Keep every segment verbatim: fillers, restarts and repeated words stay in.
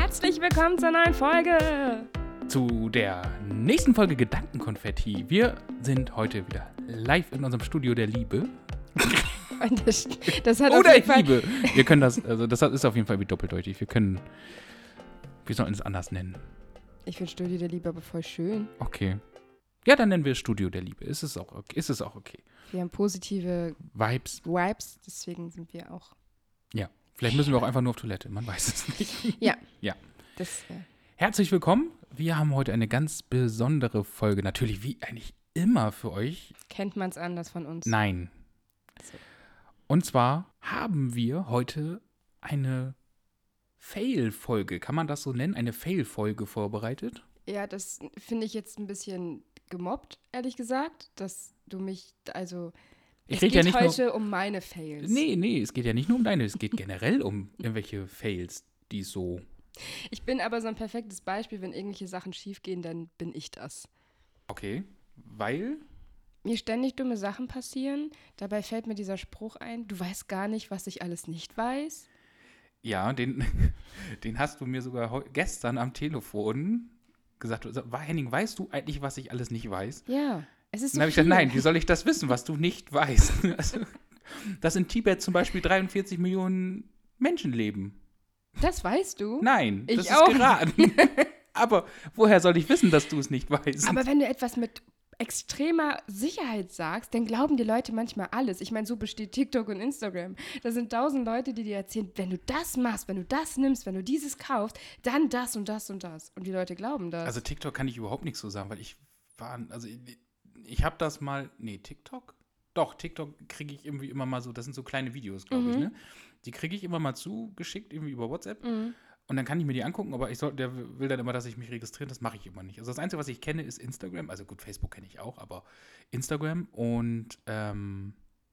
Herzlich willkommen zur neuen Folge. Zu der nächsten Folge Gedankenkonfetti. Wir sind heute wieder live in unserem Studio der Liebe. Und das, das hat Oder auf jeden Fall Liebe. Wir können das, also das ist auf jeden Fall wie doppeldeutig. Wir können, wir sollten es anders nennen. Ich finde Studio der Liebe aber voll schön. Okay. Ja, dann nennen wir es Studio der Liebe. Ist es auch okay? Ist es auch okay? Wir haben positive Vibes. Vibes, deswegen sind wir auch. Ja. Vielleicht müssen wir auch einfach nur auf Toilette. Man weiß es nicht. Ja. Ja. Das, äh, Herzlich willkommen. Wir haben heute eine ganz besondere Folge. Natürlich wie eigentlich immer für euch. kennt man es anders von uns? Nein. So. Und zwar haben wir heute eine Fail-Folge. Kann man das so nennen? Eine Fail-Folge vorbereitet? Ja, das finde ich jetzt ein bisschen gemobbt, ehrlich gesagt, dass du mich, also Ich es rede geht ja nicht heute nur, um meine Fails. Nee, nee, es geht ja nicht nur um deine, es geht generell um irgendwelche Fails, die so. Ich bin aber so ein perfektes Beispiel, wenn irgendwelche Sachen schiefgehen, dann bin ich das. Okay, weil? Mir ständig dumme Sachen passieren, dabei fällt mir dieser Spruch ein, du weißt gar nicht, was ich alles nicht weiß. Ja, den, den hast du mir sogar heu- gestern am Telefon gesagt. War Henning, weißt du eigentlich, was ich alles nicht weiß? Ja, es ist so Dann habe ich viel. gesagt, nein, wie soll ich das wissen, was du nicht weißt? Also, dass in Tibet zum Beispiel dreiundvierzig Millionen Menschen leben. Das weißt du? Nein, Ich das auch. ist geraten. Aber woher soll ich wissen, dass du es nicht weißt? Aber wenn du etwas mit extremer Sicherheit sagst, dann glauben die Leute manchmal alles. Ich meine, so besteht TikTok und Instagram. Da sind tausend Leute, die dir erzählen, wenn du das machst, wenn du das nimmst, wenn du dieses kaufst, dann das und das und das. Und die Leute glauben das. Also TikTok kann ich überhaupt nichts so sagen, weil ich war, also ich, ich habe das mal, nee, TikTok? Doch, TikTok kriege ich irgendwie immer mal so, das sind so kleine Videos, glaube Mhm. ich, ne? Die kriege ich immer mal zugeschickt, irgendwie über WhatsApp. Mhm. Und dann kann ich mir die angucken, aber ich soll, der will dann immer, dass ich mich registriere. Das mache ich immer nicht. Also das Einzige, was ich kenne, ist Instagram. Also gut, Facebook kenne ich auch, aber Instagram und ähm,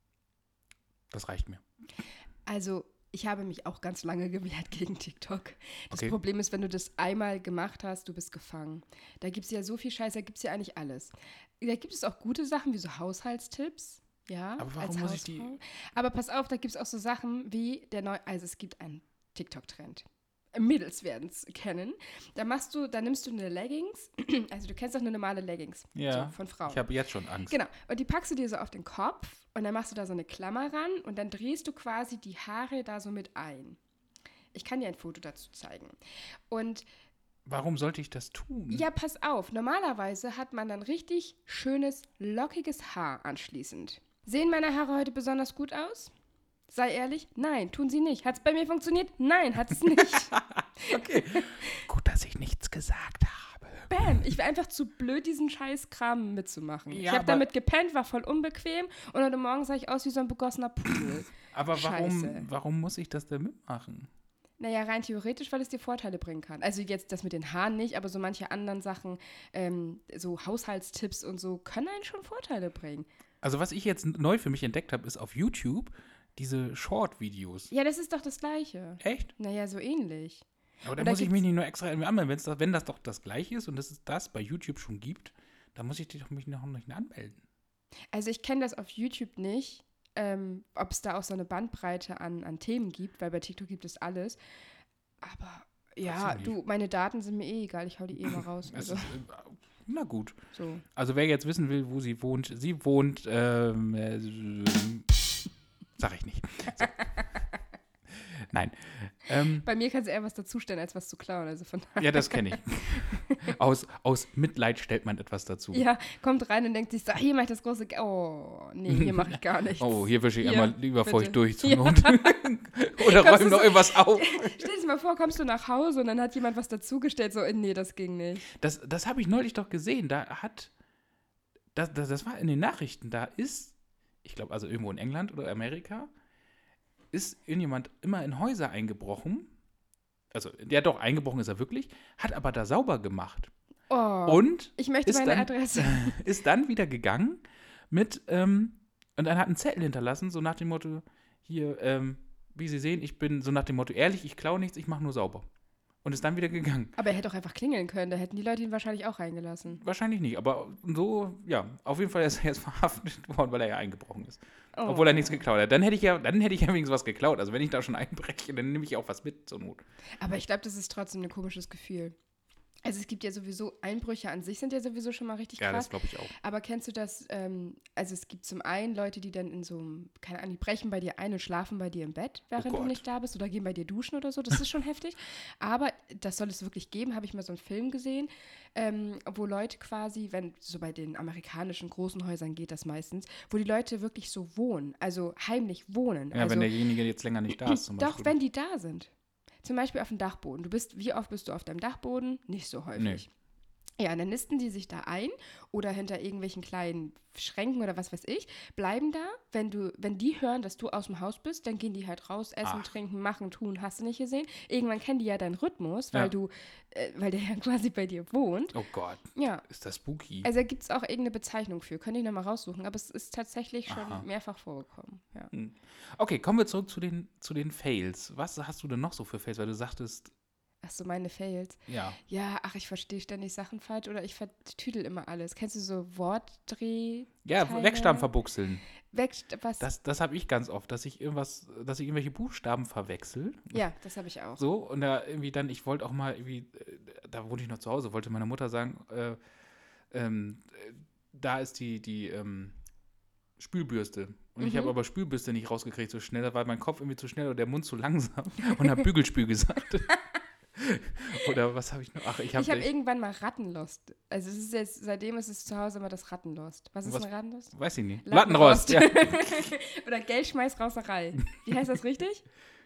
das reicht mir. Also, ich habe mich auch ganz lange gewehrt gegen TikTok. Das Okay. Problem ist, wenn du das einmal gemacht hast, du bist gefangen. Da gibt es ja so viel Scheiß, da gibt es ja eigentlich alles. Da gibt es auch gute Sachen wie so Haushaltstipps. Ja, Aber warum als muss ich die- Hausfrau. Aber pass auf, da gibt es auch so Sachen wie der neue, also es gibt einen TikTok-Trend. Mädels werden es kennen. Da machst du, da nimmst du eine Leggings, also du kennst doch eine normale Leggings Ja, so, von Frauen. Ich habe jetzt schon Angst. Genau, und die packst du dir so auf den Kopf und dann machst du da so eine Klammer ran und dann drehst du quasi die Haare da so mit ein. Ich kann dir ein Foto dazu zeigen. Und Warum sollte ich das tun? ja, pass auf, normalerweise hat man dann richtig schönes, lockiges Haar anschließend. Sehen meine Haare heute besonders gut aus? Sei ehrlich, nein, tun sie nicht. Hat es bei mir funktioniert? Nein, hat es nicht. Okay. Gut, dass ich nichts gesagt habe. Bam, ich war einfach zu blöd, diesen scheiß Kram mitzumachen. Ja, ich habe aber- damit gepennt, war voll unbequem und heute Morgen sah ich aus wie so ein begossener Pudel. Aber warum, Scheiße. warum muss ich das denn mitmachen? Naja, rein theoretisch, weil es dir Vorteile bringen kann. Also jetzt das mit den Haaren nicht, aber so manche anderen Sachen, ähm, so Haushaltstipps und so, können einen schon Vorteile bringen. Also was ich jetzt neu für mich entdeckt habe, ist auf YouTube diese Short-Videos. Ja, das ist doch das Gleiche. Echt? Naja, so ähnlich. Aber da Und da muss ich gibt's- mich nicht nur extra irgendwie anmelden. Wenn's das, wenn das doch das Gleiche ist und es das bei YouTube schon gibt, dann muss ich dich doch mich noch nicht anmelden. Also ich kenne das auf YouTube nicht, ähm, ob es da auch so eine Bandbreite an, an Themen gibt, weil bei TikTok gibt es alles. Aber ja, ich nicht. du, meine Daten sind mir eh egal, ich hau die eh mal raus. Es Also, ist, äh, na gut. so. Also wer jetzt wissen will, wo sie wohnt, sie wohnt, ähm, äh, sag ich nicht. So. Nein. Ähm, Bei mir kann sie eher was dazustellen, als was zu klauen. Also von ja, das kenne ich. Aus, aus Mitleid stellt man etwas dazu. Ja, kommt rein und denkt sich so, ah, hier mache ich das große, G oh, nee, hier mache ich gar nichts. Oh, hier wische ich Hier, einmal lieber bitte. feucht durch zur Ja. Not. Oder Kommst räum du noch so- irgendwas auf. Stell dir mal vor, kommst du nach Hause und dann hat jemand was dazugestellt, so, äh, nee, das ging nicht. Das, das habe ich neulich doch gesehen. Da hat, das, das, das war in den Nachrichten, da ist, ich glaube, also irgendwo in England oder Amerika, ist irgendjemand immer in Häuser eingebrochen. Also, ja doch, eingebrochen ist er wirklich, hat aber da sauber gemacht. Oh, Und ich möchte ist meine dann, Adresse. ist dann wieder gegangen mit, ähm, und dann hat einen Zettel hinterlassen, so nach dem Motto, hier, ähm, wie Sie sehen, ich bin so nach dem Motto, ehrlich, ich klaue nichts, ich mache nur sauber. und ist dann wieder gegangen. Aber er hätte auch einfach klingeln können, da hätten die Leute ihn wahrscheinlich auch reingelassen. Wahrscheinlich nicht, aber so, ja, auf jeden Fall ist er jetzt verhaftet worden, weil er ja eingebrochen ist. Oh. Obwohl er nichts geklaut hat. Dann hätte ich ja, dann hätte ich ja wenigstens was geklaut. Also wenn ich da schon einbreche, dann nehme ich auch was mit zur Not. Aber ich glaube, das ist trotzdem ein komisches Gefühl. Also es gibt ja sowieso, Einbrüche an sich sind ja sowieso schon mal richtig krass. Ja, das glaube ich auch. Aber kennst du das, ähm, also es gibt zum einen Leute, die dann in so einem, keine Ahnung, die brechen bei dir ein und schlafen bei dir im Bett, während Oh du Gott. nicht da bist oder gehen bei dir duschen oder so. Das ist schon heftig. Aber das soll es wirklich geben, habe ich mal so einen Film gesehen, ähm, wo Leute quasi, wenn, so bei den amerikanischen großen Häusern geht das meistens, wo die Leute wirklich so wohnen, also heimlich wohnen. Ja, also, wenn derjenige jetzt länger nicht da ist zum Beispiel. Doch, wenn die da sind. Zum Beispiel auf dem Dachboden. Du bist, wie oft bist du auf deinem Dachboden? Nicht so häufig. Nee. Ja, und dann nisten die sich da ein oder hinter irgendwelchen kleinen Schränken oder was weiß ich, bleiben da. Wenn du, wenn die hören, dass du aus dem Haus bist, dann gehen die halt raus, essen, Ach. trinken, machen, tun, hast du nicht gesehen. Irgendwann kennen die ja deinen Rhythmus, weil Ja. du, äh, weil der ja quasi bei dir wohnt. Oh Gott, Ja. ist das spooky. Also da gibt es auch irgendeine Bezeichnung für. Könnte ich nochmal raussuchen, aber es ist tatsächlich schon Aha. mehrfach vorgekommen. Ja. Okay, kommen wir zurück zu den, zu den Fails. Was hast du denn noch so für Fails? Weil du sagtest, Ach so, meine Fails. ja. Ja, ach, ich verstehe ständig Sachen falsch oder ich vertüdel immer alles. Kennst du so Wortdreh? Ja, Teile? Wegstaben verbuchseln. Weg, was? Das, das habe ich ganz oft, dass ich irgendwas, dass ich irgendwelche Buchstaben verwechsel. ja, das habe ich auch. So, und da irgendwie dann, ich wollte auch mal irgendwie, äh, da wohnte ich noch zu Hause, wollte meiner Mutter sagen, äh, ähm, äh, da ist die, die ähm, Spülbürste. Und ich Mhm. habe aber Spülbürste nicht rausgekriegt so schnell, da war mein Kopf irgendwie zu schnell oder der Mund zu langsam und habe Bügelspül gesagt. Oder was habe ich noch? Ach, ich habe Ich habe irgendwann mal Rattenlost. Also es ist jetzt, seitdem ist es zu Hause immer das Rattenlost. Was ist Was- ein Rattenlost? weiß ich nicht. Lattenrost. Lattenrost, ja. Oder Geldschmeißrauserei. Wie heißt das richtig?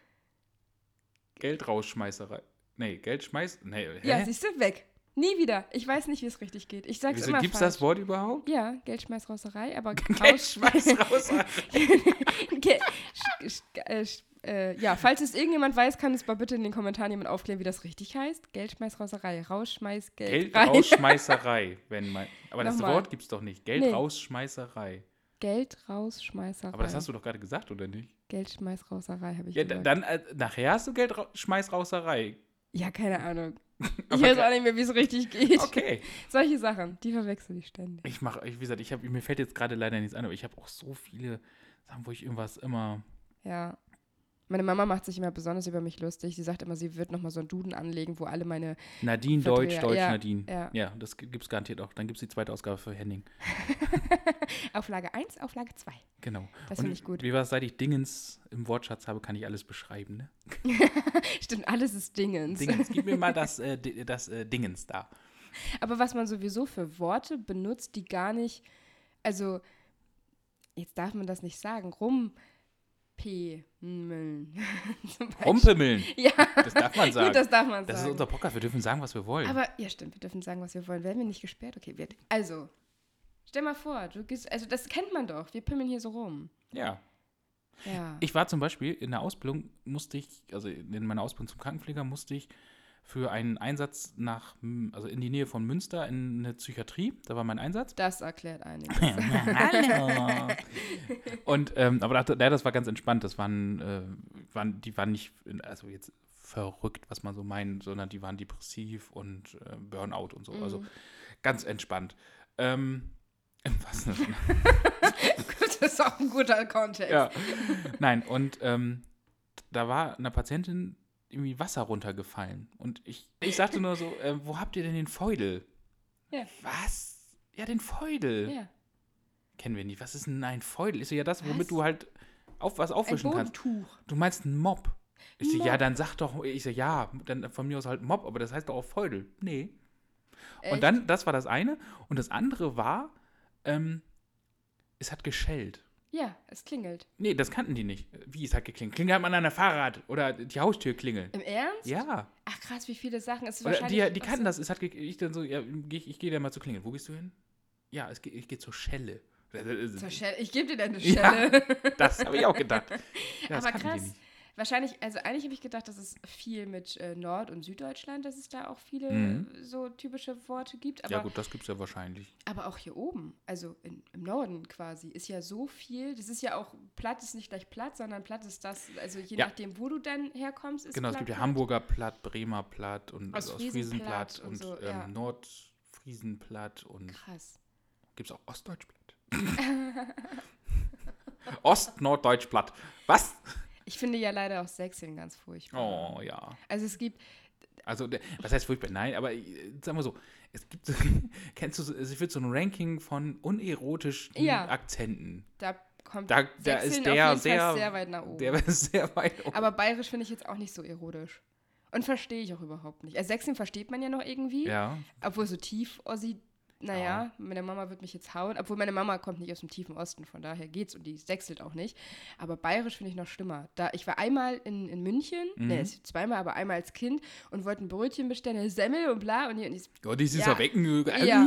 Geldrausschmeißerei. Nee, Geldschmeiß. Nee, hä? Ja, siehst du, weg. Nie wieder. Ich weiß nicht, wie es richtig geht. Ich sag's Wieso immer gibt's falsch. das Wort überhaupt? Ja, Geldschmeißrauserei, aber Geldschmeißrauserei. Ge sch- sch- äh, sch- äh, ja, falls es irgendjemand weiß, kann es mal bitte in den Kommentaren jemand aufklären, wie das richtig heißt. Geldschmeißrauserei, Rausschmeiß, Geld rein. Geldrausschmeißerei, wenn man. Aber das Nochmal. Wort gibt's doch nicht. Geldrausschmeißerei. Geld-Rausschmeißerei. Aber das hast du doch gerade gesagt, oder nicht? Geldschmeißrauserei habe ich Ja, da- gesagt. dann äh, nachher hast du Geldschmeißrauserei. Ja, keine Ahnung. Ich Aber weiß ge- auch nicht mehr, wie es richtig geht. Okay. Solche Sachen, die verwechsel ich ständig. Ich mache, wie gesagt, ich hab, mir fällt jetzt gerade leider nichts an, aber ich habe auch so viele Sachen, wo ich irgendwas immer. Ja. Meine Mama macht sich immer besonders über mich lustig. Sie sagt immer, sie wird nochmal so einen Duden anlegen, wo alle meine Nadine, Verdreher, Deutsch, Deutsch, ja, Nadine. ja. Ja, das gi- gibt's garantiert auch. Dann gibt's die zweite Ausgabe für Henning. Auflage eins, Auflage zwei. Genau. Das Und finde ich gut. Wie war es, seit ich Dingens im Wortschatz habe, kann ich alles beschreiben, ne? Stimmt, alles ist Dingens. Dingens, gib mir mal das, äh, di- das äh, Dingens da. Aber was man sowieso für Worte benutzt, die gar nicht, also, jetzt darf man das nicht sagen, rum. P. Zum Beispiel. Rumpimmeln. Ja, Das darf man sagen. gut, das darf man Das ist sagen. unser Podcast, wir dürfen sagen, was wir wollen. Aber, ja stimmt, wir dürfen sagen, was wir wollen. Werden wir nicht gesperrt? Okay, wir, also, stell mal vor, du gehst, also das kennt man doch, wir pimmeln hier so rum. ja. Ja. Ich war zum Beispiel in der Ausbildung, musste ich, also in meiner Ausbildung zum Krankenpfleger, musste ich für einen Einsatz nach, M- also in die Nähe von Münster in eine Psychiatrie, da war mein Einsatz. Das erklärt einiges. Hallo. Und, ähm, aber das, ja, das war ganz entspannt, das waren, äh, waren, die waren nicht, also jetzt verrückt, was man so meint, sondern die waren depressiv und äh, Burnout und so, also ganz entspannt. Ähm, was denn? Das ist auch ein guter Kontext. Ja. Nein, und ähm, da war einer Patientin irgendwie Wasser runtergefallen. Und ich, ich sagte nur so, äh, wo habt ihr denn den Feudel? Ja. Was? Ja, den Feudel. Ja. Kennen wir nicht. Was ist denn ein Feudel? Ist so, ja das, womit Was? du halt auf was Ein aufwischen kannst. Bodentuch. Du meinst einen Mob. Ich so, Mob. ja, dann sag doch, ich so, ja, dann von mir aus halt Mob, aber das heißt doch auch Feudel. Nee. Echt? Und dann, das war das eine. Und das andere war, ähm, es hat geschellt. Ja, es klingelt. Nee, das kannten die nicht. Wie, es hat geklingelt? Klingelt hat man an der Fahrrad oder die Haustür klingelt. Im Ernst? Ja. Ach krass, wie viele Sachen. Es ist Oder wahrscheinlich, die, die kannten das. Es hat ge- ich dann so, ja, geh, ich, ich gehe da mal zu klingeln. Wo gehst du hin? Ja, es, ge- ich gehe zur Schelle. Zur Schelle. Ich gebe dir deine Ja. Schelle. Das habe ich auch gedacht. Ja, das Aber kannten die krass. nicht. Wahrscheinlich, also eigentlich habe ich gedacht, dass es viel mit äh, Nord- und Süddeutschland, dass es da auch viele Mhm. so typische Worte gibt. Aber, Ja gut, das gibt es ja wahrscheinlich. aber auch hier oben, also in, im Norden quasi, ist ja so viel. Das ist ja auch, platt ist nicht gleich platt, sondern platt ist das, also je Ja. nachdem, wo du dann herkommst, ist Genau, es platt, gibt ja platt. Hamburger Platt, Bremer Platt und aus Ostfriesenplatt Friesenplatt und und, so, ähm, ja. Nordfriesenplatt und Krass. gibt es auch Ostdeutschplatt. Ost-Norddeutschplatt. Was? Ich finde ja leider auch Sächseln ganz furchtbar. Oh ja. Also es gibt, Also, der- was heißt furchtbar? Nein, aber äh, sagen wir so, es gibt, so- kennst du, so- es wird so ein Ranking von unerotischen Ja. Akzenten. da kommt Da, da Sächseln ist auf der jeden Fall sehr, sehr weit nach oben. der ist sehr weit oben. Aber bayerisch finde ich jetzt auch nicht so erotisch. Und verstehe ich auch überhaupt nicht. Also Sächseln versteht man ja noch irgendwie. Ja, Obwohl so tief Ossi, naja, meine Mama wird mich jetzt hauen. Obwohl meine Mama kommt nicht aus dem tiefen Osten, von daher geht's und die sächselt auch nicht. Aber bayerisch finde ich noch schlimmer. Da, ich war einmal in, in München, Mhm. nee, zweimal, aber einmal als Kind und wollte ein Brötchen bestellen, eine Semmel und bla. Und die, und die ja, das ist Ja. ja Wecken. Ja.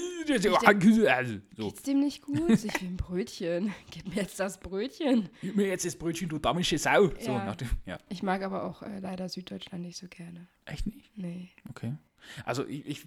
So. geht's dem nicht gut? So, ich will ein Brötchen. Gib mir jetzt das Brötchen. Gib mir jetzt das Brötchen, du damische Sau. So, Ja. nach dem, ja. Ich mag aber auch äh, leider Süddeutschland nicht so gerne. Echt nicht? Nee. Okay. Also ich, ich,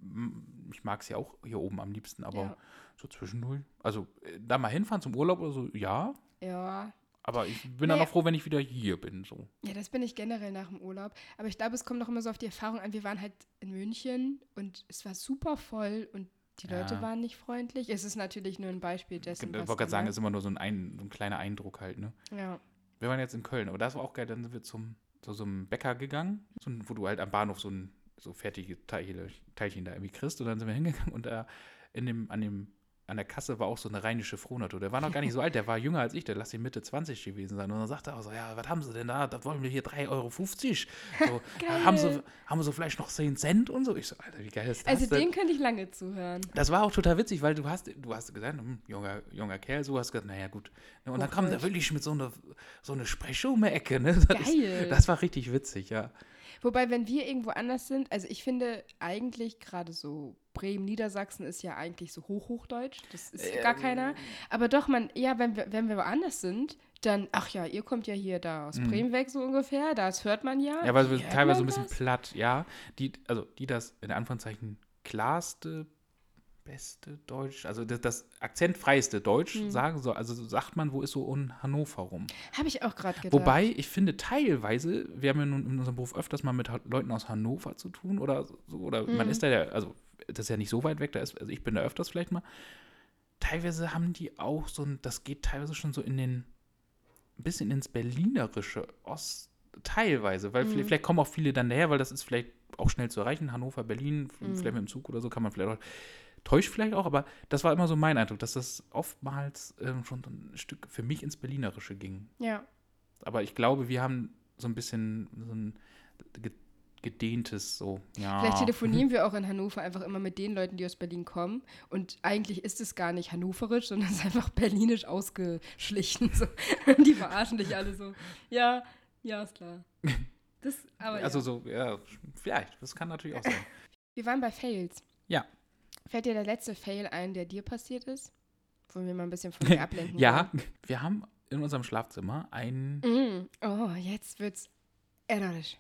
ich mag es ja auch hier oben am liebsten, aber Ja. so zwischendurch. Also äh, da mal hinfahren zum Urlaub oder so, ja. Ja. Aber ich bin dann Nee. auch froh, wenn ich wieder hier bin. So. Ja, das bin ich generell nach dem Urlaub. Aber ich glaube, es kommt auch immer so auf die Erfahrung an. Wir waren halt in München und es war super voll und die Ja. Leute waren nicht freundlich. Es ist natürlich nur ein Beispiel Ich dessen, wollte was gerade sagen, immer- ist immer nur so ein, ein, so ein kleiner Eindruck halt, ne? Ja. Wir waren jetzt in Köln, aber das war auch geil. Dann sind wir zum, zu so einem Bäcker gegangen, so ein, wo du halt am Bahnhof so ein so fertige Teile, Teilchen da irgendwie kriegst. Und dann sind wir hingegangen und da in dem, an dem, an der Kasse war auch so eine rheinische Frohnatur. Der war noch gar nicht so alt, der war jünger als ich, der lass ihn Mitte zwanzig gewesen sein. Und dann sagte er auch so, ja, was haben Sie denn da? Da wollen wir hier drei Euro fünfzig. So, Geil. haben, Sie, haben Sie vielleicht noch zehn Cent und so? Ich so, Alter, wie geil ist das Also denn? dem könnte ich lange zuhören. Das war auch total witzig, weil du hast, du hast gesagt, hm, junger, junger Kerl, so hast gesagt, naja, gut. Und dann kommt er Hochdeutsch. wirklich mit so einer so eine Sprechung um die Ecke, ne? Das, Geil. das war richtig witzig, ja. Wobei, wenn wir irgendwo anders sind, also ich finde eigentlich gerade so Bremen, Niedersachsen ist ja eigentlich so Hochhochdeutsch. Das ist gar Ähm. keiner. Aber doch, man, ja, wenn wir, wenn wir woanders sind, dann, ach ja, ihr kommt ja hier da aus Bremen weg, so ungefähr. Das hört man ja. Mhm. Ja, weil wir Hört teilweise so ein man bisschen das? platt, ja. Die, also die das in Anführungszeichen klarste, beste Deutsch, also das, das akzentfreiste Deutsch Hm. sagen soll. Also so sagt man, wo ist so um Hannover rum. Habe ich auch gerade gedacht. Wobei, ich finde teilweise, wir haben ja nun in unserem Beruf öfters mal mit Ha- Leuten aus Hannover zu tun oder so, oder man Mhm. ist da ja, also das ist ja nicht so weit weg, da ist, also ich bin da öfters vielleicht mal. Teilweise haben die auch so ein, das geht teilweise schon so in den, ein bisschen ins Berlinerische, Ost, teilweise, weil Mhm. vielleicht, vielleicht kommen auch viele dann daher, weil das ist vielleicht auch schnell zu erreichen, Hannover, Berlin, f- Mhm. vielleicht mit dem Zug oder so kann man vielleicht auch, täuscht vielleicht auch, aber das war immer so mein Eindruck, dass das oftmals ähm, schon so ein Stück für mich ins Berlinerische ging. Ja. Aber ich glaube, wir haben so ein bisschen so ein ge- gedehntes so, ja. Vielleicht telefonieren wir auch in Hannover einfach immer mit den Leuten, die aus Berlin kommen. Und eigentlich ist es gar nicht hannoverisch, sondern es ist einfach berlinisch ausgeschlichen. So. Die verarschen dich alle so. Ja, ja, ist klar. Das, aber Also ja. so, ja, vielleicht, das kann natürlich auch sein. Wir waren bei Fails. Ja. Fällt dir der letzte Fail ein, der dir passiert ist? Wollen wir mal ein bisschen von dir ablenken? Ja, wir haben in unserem Schlafzimmer ein, wollen? Mm. Oh, jetzt wird's erotisch.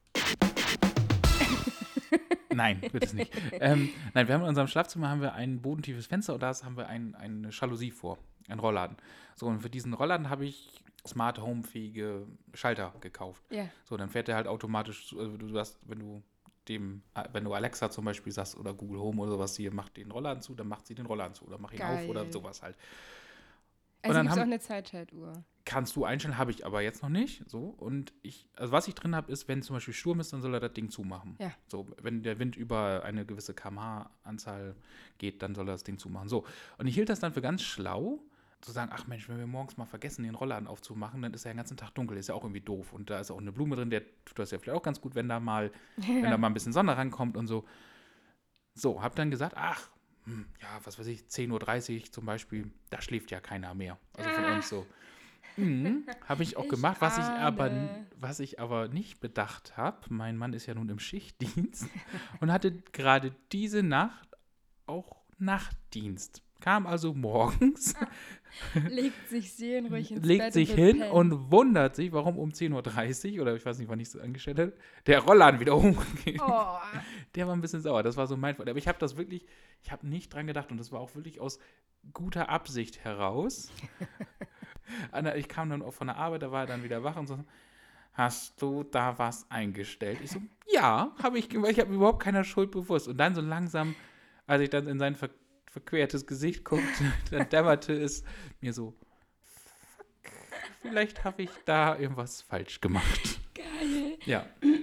nein, wird es nicht. ähm, nein, wir haben in unserem Schlafzimmer haben wir ein bodentiefes Fenster und da haben wir ein, eine Jalousie vor, ein Rollladen. So, und für diesen Rollladen habe ich Smart Home-fähige Schalter gekauft. Ja. So, dann fährt der halt automatisch, also du hast, wenn du dem, wenn du Alexa zum Beispiel sagst oder Google Home oder sowas, hier macht den Rollladen zu, dann macht sie den Rollladen zu oder mach ihn Geil. auf oder sowas halt. Also dann gibt es auch haben- eine Zeitschaltuhr. Kannst du einstellen, habe ich aber jetzt noch nicht. So, und ich, also was ich drin habe, ist, wenn zum Beispiel Sturm ist, dann soll er das Ding zumachen. Ja. So, wenn der Wind über eine gewisse Kilometer pro Stunde Anzahl geht, dann soll er das Ding zumachen. So. Und ich hielt das dann für ganz schlau, zu sagen, ach Mensch, wenn wir morgens mal vergessen, den Rollladen aufzumachen, dann ist er den ganzen Tag dunkel, ist ja auch irgendwie doof. Und da ist auch eine Blume drin, der tut das ja vielleicht auch ganz gut, wenn da mal, wenn da mal ein bisschen Sonne rankommt und so. So, hab dann gesagt, ach, hm, ja, was weiß ich, zehn Uhr dreißig zum Beispiel, da schläft ja keiner mehr. Also von uns so. Mhm, habe ich auch Ich gemacht, was ich, aber, ahne. was ich aber nicht bedacht habe. Mein Mann ist ja nun im Schichtdienst und hatte gerade diese Nacht auch Nachtdienst. kam also morgens, Legt sich seelenruhig ins legt Bett sich und will hin pennen. und wundert sich, warum um zehn Uhr dreißig oder ich weiß nicht, wann ich es angestellt habe, der Rollladen wieder umgeht. Oh, Der war ein bisschen sauer, das war so mein Fall. Aber ich habe das wirklich, ich habe nicht dran gedacht und das war auch wirklich aus guter Absicht heraus. Anna, ich kam dann auch von der Arbeit, da war er dann wieder wach und so, hast du da was eingestellt? Ich so, ja, habe ich gemacht, ich habe mir überhaupt keiner Schuld bewusst. Und dann so langsam, als ich dann in sein ver verquertes Gesicht guckte, dann dämmerte es mir so, fuck, vielleicht habe ich da irgendwas falsch gemacht. geil. Ja.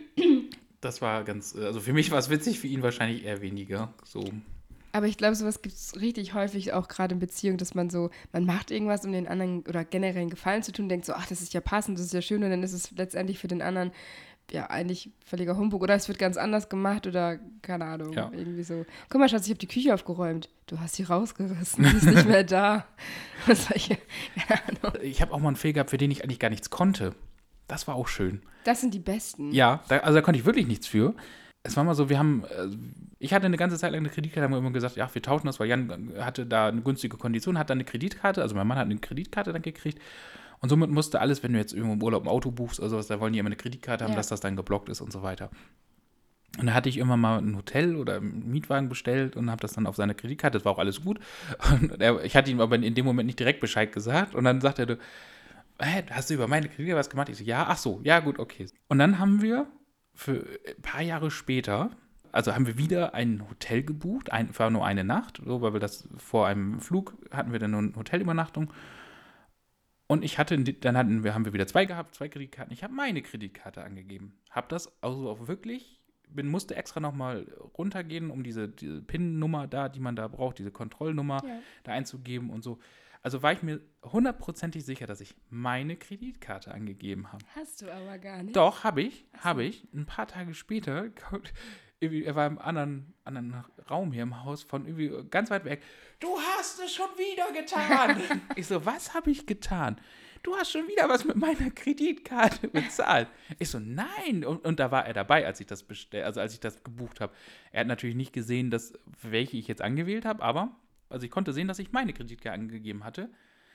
Das war ganz, also für mich war es witzig, für ihn wahrscheinlich eher weniger. So. Aber ich glaube, sowas gibt es richtig häufig auch gerade in Beziehungen, dass man so, man macht irgendwas, um den anderen oder generell einen Gefallen zu tun, denkt so, ach, das ist ja passend, das ist ja schön und dann ist es letztendlich für den anderen ja eigentlich völliger Humbug oder es wird ganz anders gemacht oder keine Ahnung, Ja. irgendwie so. Guck mal, Schatz, ich habe die Küche aufgeräumt. Du hast sie rausgerissen, sie ist nicht mehr da. Solche, keine Ahnung. Ich habe auch mal einen Fehl gehabt, für den ich eigentlich gar nichts konnte. Das war auch schön. Das sind die Besten. Ja, da, also da konnte ich wirklich nichts für. Es war mal so, wir haben, äh, ich hatte eine ganze Zeit lang eine Kreditkarte, haben wir immer gesagt, ja, wir tauschen das, weil Jan hatte da eine günstige Kondition, hat dann eine Kreditkarte, also mein Mann hat eine Kreditkarte dann gekriegt und somit musste alles, wenn du jetzt irgendwo im Urlaub ein Auto buchst oder sowas, da wollen die immer eine Kreditkarte haben, Ja. dass das dann geblockt ist und so weiter. Und da hatte ich immer mal ein Hotel oder einen Mietwagen bestellt und habe das dann auf seine Kreditkarte, das war auch alles gut. Und er, ich hatte ihm aber in dem Moment nicht direkt Bescheid gesagt und dann sagte er, hä, hast du über meine Kreditkarte was gemacht? Ich so, ja, ach so, ja gut, okay. Und dann haben wir für ein paar Jahre später, also haben wir wieder ein Hotel gebucht, ein, für nur eine Nacht, so, weil wir das vor einem Flug hatten wir dann nur eine Hotelübernachtung. Und ich hatte, dann hatten wir, haben wir wieder zwei gehabt, zwei Kreditkarten. Ich habe meine Kreditkarte angegeben. Habe das also auch wirklich, bin, musste extra nochmal runtergehen, um diese, diese P I N-Nummer da, die man da braucht, diese Kontrollnummer Ja. da einzugeben und so. Also war ich mir hundertprozentig sicher, dass ich meine Kreditkarte angegeben habe. Hast du aber gar nicht. Doch, habe ich, Ach so. habe ich. Ein paar Tage später, kommt irgendwie, er war im anderen, anderen Raum hier im Haus von irgendwie ganz weit weg. Du hast es schon wieder getan. Ich so, was habe ich getan? Du hast schon wieder was mit meiner Kreditkarte bezahlt. Ich so, nein. Und, und da war er dabei, als ich das bestell, also als ich das gebucht habe. Er hat natürlich nicht gesehen, dass, welche ich jetzt angewählt habe, aber also ich konnte sehen, dass ich meine Kreditkarte angegeben hatte.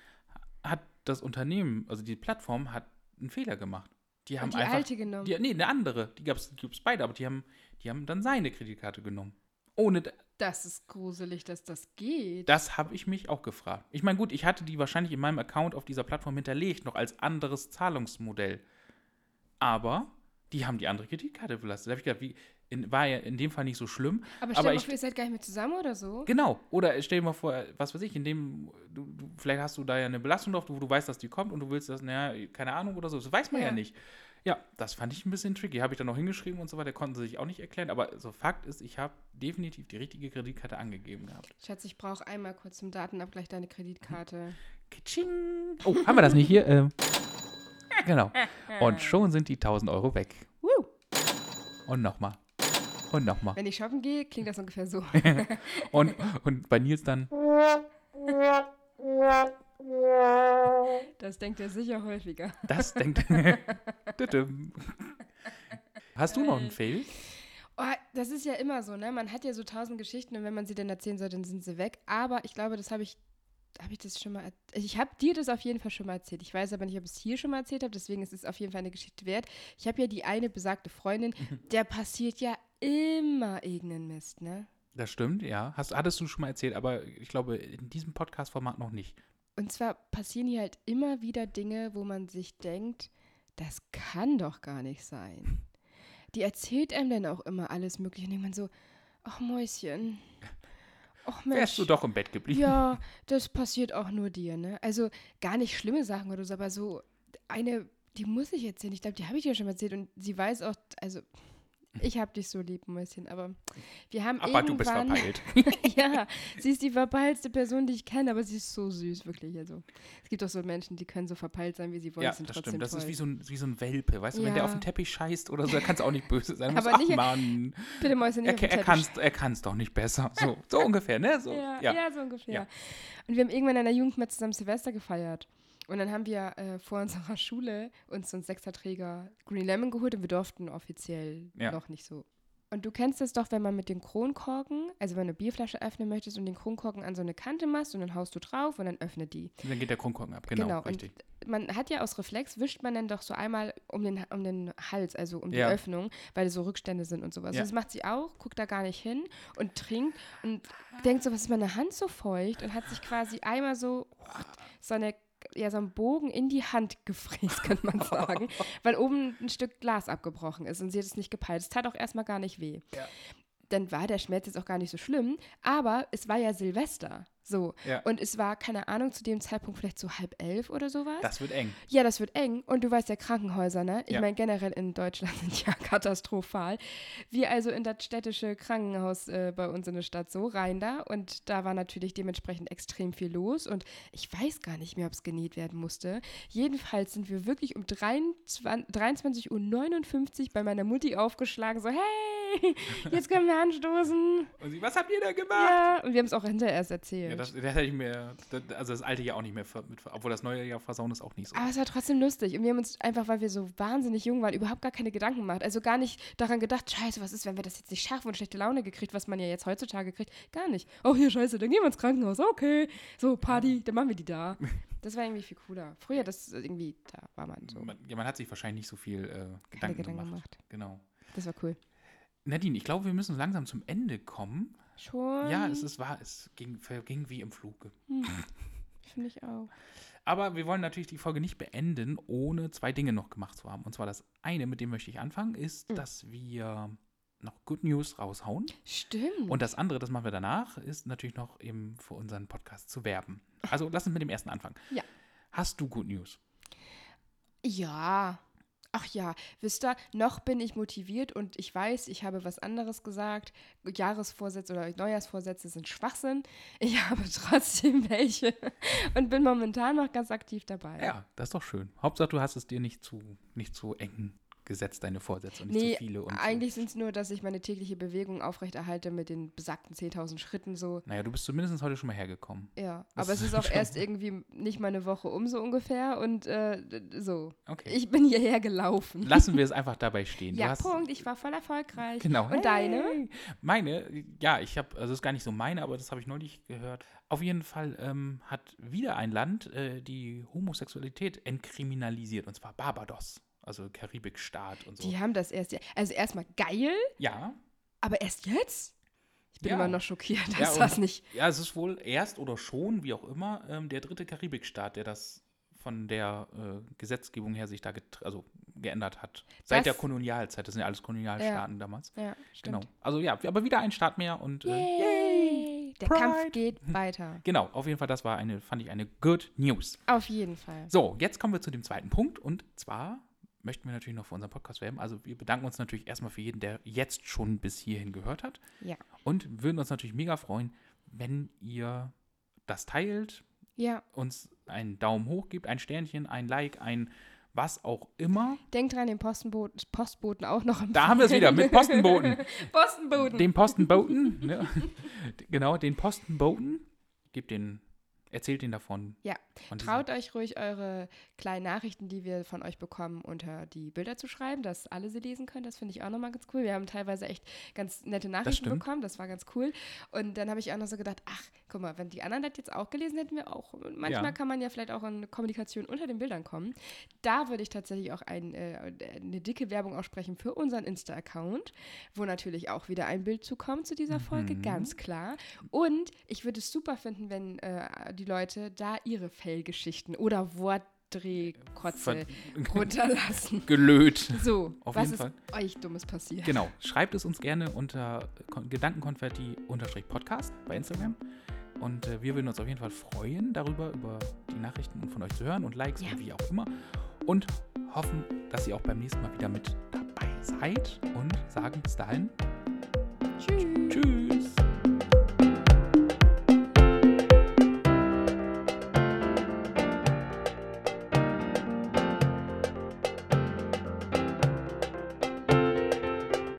Hat das Unternehmen, also die Plattform, hat einen Fehler gemacht. Die haben Und die einfach, alte genommen. Die, nee, eine andere. Die gab es beide, aber die haben, die haben dann seine Kreditkarte genommen. Ohne, Das ist gruselig, dass das geht. das habe ich mich auch gefragt. Ich meine, gut, ich hatte die wahrscheinlich in meinem Account auf dieser Plattform hinterlegt, noch als anderes Zahlungsmodell. Aber die haben die andere Kreditkarte belastet. Da habe ich gedacht, wie, in, war ja in dem Fall nicht so schlimm. aber stell aber dir mal ich- vor, ihr seid gar nicht mehr zusammen oder so. Genau. Oder stell dir mal vor, was weiß ich, in dem, du, du, vielleicht hast du da ja eine Belastung drauf, wo du weißt, dass die kommt und du willst das, naja, keine Ahnung oder so. Das weiß man ja, Ja. nicht. Ja, das fand ich ein bisschen tricky. Habe ich dann noch hingeschrieben und so weiter, konnten sie sich auch nicht erklären. Aber so Fakt ist, ich habe definitiv die richtige Kreditkarte angegeben gehabt. Schatz, ich brauche einmal kurz zum Datenabgleich deine Kreditkarte. Kitsching. Oh, haben wir das nicht hier? Ähm, genau. Und schon sind die tausend Euro weg. Woo. Und nochmal. Und nochmal. Wenn ich shoppen gehe, klingt das ungefähr so. Und, und bei Nils dann, Das denkt er sicher häufiger. das denkt. Tütüm. Hast du noch einen Fail? Oh, das ist ja immer so, ne? Man hat ja so tausend Geschichten und wenn man sie dann erzählen soll, dann sind sie weg. Aber ich glaube, das habe ich, habe ich das schon mal, er- ich habe dir das auf jeden Fall schon mal erzählt. Ich weiß aber nicht, ob ich es hier schon mal erzählt habe, deswegen ist es auf jeden Fall eine Geschichte wert. Ich habe ja die eine besagte Freundin, der passiert ja immer irgendein Mist, ne? Das stimmt, ja. Hast, hattest du schon mal erzählt, aber ich glaube, in diesem Podcast-Format noch nicht. Und zwar passieren hier halt immer wieder Dinge, wo man sich denkt, das kann doch gar nicht sein. Die erzählt einem dann auch immer alles Mögliche. Und denkt man so, ach Mäuschen, ach Mensch. Wärst du doch im Bett geblieben. Ja, das passiert auch nur dir, ne? Also gar nicht schlimme Sachen oder so, aber so eine, die muss ich erzählen. Ich glaube, die habe ich dir schon mal erzählt und sie weiß auch, also ich habe dich so lieb, Mäuschen, aber wir haben Aber du bist irgendwann... verpeilt. Ja, sie ist die verpeilste Person, die ich kenne, aber sie ist so süß, wirklich. Also, es gibt auch so Menschen, die können so verpeilt sein, wie sie wollen, Ja, sind das trotzdem stimmt. Das toll. ist wie so, ein, wie so ein Welpe. Weißt du, wenn der Ja. auf den Teppich scheißt oder so, da kannst du auch nicht böse sein. Du Aber musst, nicht- ach Mann, Bitte, Mäuschen, nicht er, auf den er Teppich. kann's, er kann's doch nicht besser. So, so ungefähr, ne? So, Ja, ja. ja. so ungefähr. Ja. Und wir haben irgendwann in der Jugend mal zusammen Silvester gefeiert. Und dann haben wir äh, vor unserer Schule uns so einen Sechserträger Green Lemon geholt und wir durften offiziell Ja. noch nicht so Und du kennst es doch, wenn man mit den Kronkorken, also wenn du eine Bierflasche öffnen möchtest und den Kronkorken an so eine Kante machst und dann haust du drauf und dann öffnet die. Und dann geht der Kronkorken ab, genau, Genau, richtig. und man hat ja aus Reflex, wischt man dann doch so einmal um den, um den Hals, also um die Ja. Öffnung, weil so Rückstände sind und sowas. Ja. Das macht sie auch, guckt da gar nicht hin und trinkt und denkt so, was ist meine Hand so feucht? Und hat sich quasi einmal so, so eine ja, so einen Bogen in die Hand gefräst, könnte man sagen, weil oben ein Stück Glas abgebrochen ist und sie hat es nicht gepeilt. Es tat auch erstmal gar nicht weh. Ja. Dann war der Schmerz jetzt auch gar nicht so schlimm, aber es war ja Silvester, so. Ja. Und es war, keine Ahnung, zu dem Zeitpunkt vielleicht so halb elf oder sowas. Das wird eng. Ja, das wird eng. Und du weißt ja, Krankenhäuser, ne? Ich Ja. meine, generell in Deutschland sind ja katastrophal. Wir also in das städtische Krankenhaus äh, bei uns in der Stadt so rein da. Und da war natürlich dementsprechend extrem viel los. Und ich weiß gar nicht mehr, ob es genäht werden musste. Jedenfalls sind wir wirklich um dreiundzwanzig Uhr neunundfünfzig bei meiner Mutti aufgeschlagen. So, hey, jetzt können wir anstoßen. Und sie, was habt ihr da gemacht? Ja, und wir haben es auch hinterher erst erzählt. Ja, das, das hätte ich mir, das, also das alte Jahr auch nicht mehr, ver- mit, obwohl das neue Jahr versauen ist auch nicht so. Aber es war trotzdem lustig. Und wir haben uns einfach, weil wir so wahnsinnig jung waren, überhaupt gar keine Gedanken gemacht. Also gar nicht daran gedacht, scheiße, was ist, wenn wir das jetzt nicht schaffen und schlechte Laune gekriegt, was man ja jetzt heutzutage kriegt. Gar nicht. Oh, hier, scheiße, dann gehen wir ins Krankenhaus. Okay. So, Party, dann machen wir die da. Das war irgendwie viel cooler. Früher, das irgendwie, da war man so. Man, ja, man hat sich wahrscheinlich nicht so viel äh, Keine Gedanken, Gedanken gemacht. gemacht. Genau. Das war cool. Nadine, ich glaube, wir müssen langsam zum Ende kommen. Schon? Ja, es ist wahr, es ging, ging wie im Fluge. Hm. Finde ich auch. Aber wir wollen natürlich die Folge nicht beenden, ohne zwei Dinge noch gemacht zu haben. Und zwar das eine, mit dem möchte ich anfangen, ist, Mhm. dass wir noch Good News raushauen. Stimmt. Und das andere, das machen wir danach, ist natürlich noch eben für unseren Podcast zu werben. Also lass uns mit dem ersten anfangen. Ja. Hast du Good News? Ja. Ach ja, wisst ihr, noch bin ich motiviert und ich weiß, ich habe was anderes gesagt. Jahresvorsätze oder Neujahrsvorsätze sind Schwachsinn. Ich habe trotzdem welche und bin momentan noch ganz aktiv dabei. Ja, das ist doch schön. Hauptsache, du hast es dir nicht zu, nicht zu eng gesetzt, deine Vorsätze, und nicht Nee, zu viele. Und eigentlich sind es nur, dass ich meine tägliche Bewegung aufrechterhalte mit den besagten zehntausend Schritten so. so. Naja, du bist zumindest heute schon mal hergekommen. Ja, Das aber es ist ist auch schon- erst irgendwie nicht mal eine Woche um so ungefähr und äh, so. Okay. Ich bin hierher gelaufen. Lassen wir es einfach dabei stehen. Du Ja, hast, Punkt. Ich war voll erfolgreich. Genau. Und deine? Hey. Meine, ja, ich habe, also das ist gar nicht so meine, aber das habe ich neulich gehört. Auf jeden Fall ähm, hat wieder ein Land äh, die Homosexualität entkriminalisiert, und zwar Barbados, also Karibikstaat und so. Die haben das erst. Also erstmal geil, Ja, aber erst jetzt? Ich bin Ja. immer noch schockiert, Ja, dass und- das nicht. ja, es ist wohl erst oder schon, wie auch immer, ähm, der dritte Karibikstaat, der das von der äh, Gesetzgebung her sich da getr- also geändert hat. Seit Das- der Kolonialzeit, das sind ja alles Kolonialstaaten damals. Ja, Genau. stimmt. Also ja, aber wieder ein Staat mehr und äh, Yay! Der Pride. Kampf geht weiter. genau, auf jeden Fall, das war eine, fand ich eine Good News. Auf jeden Fall. So, jetzt kommen wir zu dem zweiten Punkt, und zwar möchten wir natürlich noch für unseren Podcast werben. Also wir bedanken uns natürlich erstmal für jeden, der jetzt schon bis hierhin gehört hat, Ja. und würden uns natürlich mega freuen, wenn ihr das teilt, Ja. uns einen Daumen hoch gibt, ein Sternchen, ein Like, ein was auch immer. Denkt dran, den Postenboten, Postboten auch noch im Da haben wir es wieder mit Postenboten. Postenboten. Den Postenboten, ne? Genau, den Postenboten. Gebt den, erzählt den davon. Ja, Von diesem- traut euch ruhig eure kleinen Nachrichten, die wir von euch bekommen, unter die Bilder zu schreiben, dass alle sie lesen können. Das finde ich auch nochmal ganz cool. Wir haben teilweise echt ganz nette Nachrichten stimmt. bekommen. Das war ganz cool. Und dann habe ich auch noch so gedacht, ach, guck mal, wenn die anderen das jetzt auch gelesen hätten, wir auch. Und manchmal Ja. kann man ja vielleicht auch in Kommunikation unter den Bildern kommen. Da würde ich tatsächlich auch ein, äh, eine dicke Werbung aussprechen für unseren Insta-Account, wo natürlich auch wieder ein Bild zukommt zu dieser Folge, Mhm. ganz klar. Und ich würde es super finden, wenn äh, die Leute da ihre Fellgeschichten oder Wortdrehkotze Ver- runterlassen. gelöt. So, Auf was jeden ist Fall. euch Dummes passiert? Genau, schreibt es uns gerne unter Kon- Gedankenkonfetti-Podcast bei Instagram. Und äh, wir würden uns auf jeden Fall freuen darüber, über die Nachrichten und von euch zu hören und Likes Ja. und wie auch immer. Und hoffen, dass ihr auch beim nächsten Mal wieder mit dabei seid. Und sagen bis dahin,